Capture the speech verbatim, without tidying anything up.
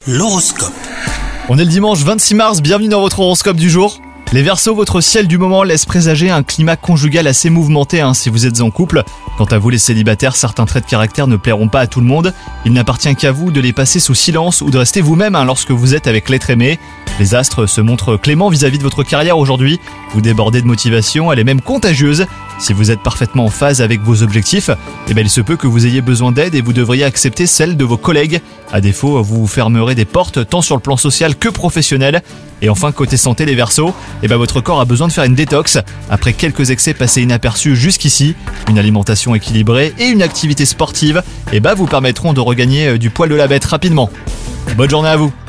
L'horoscope. On est le dimanche vingt-six mars, bienvenue dans votre horoscope du jour. Les Verseaux, votre ciel du moment laisse présager un climat conjugal assez mouvementé hein, si vous êtes en couple. Quant à vous les célibataires, certains traits de caractère ne plairont pas à tout le monde. Il n'appartient qu'à vous de les passer sous silence ou de rester vous-même hein, lorsque vous êtes avec l'être aimé. Les astres se montrent cléments vis-à-vis de votre carrière aujourd'hui. Vous débordez de motivation, elle est même contagieuse. Si vous êtes parfaitement en phase avec vos objectifs, eh bien il se peut que vous ayez besoin d'aide et vous devriez accepter celle de vos collègues. À défaut, vous vous fermerez des portes tant sur le plan social que professionnel. Et enfin, côté santé les Verseaux, eh ben votre corps a besoin de faire une détox. Après quelques excès passés inaperçus jusqu'ici, une alimentation équilibrée et une activité sportive eh ben vous permettront de regagner du poil de la bête rapidement. Bonne journée à vous.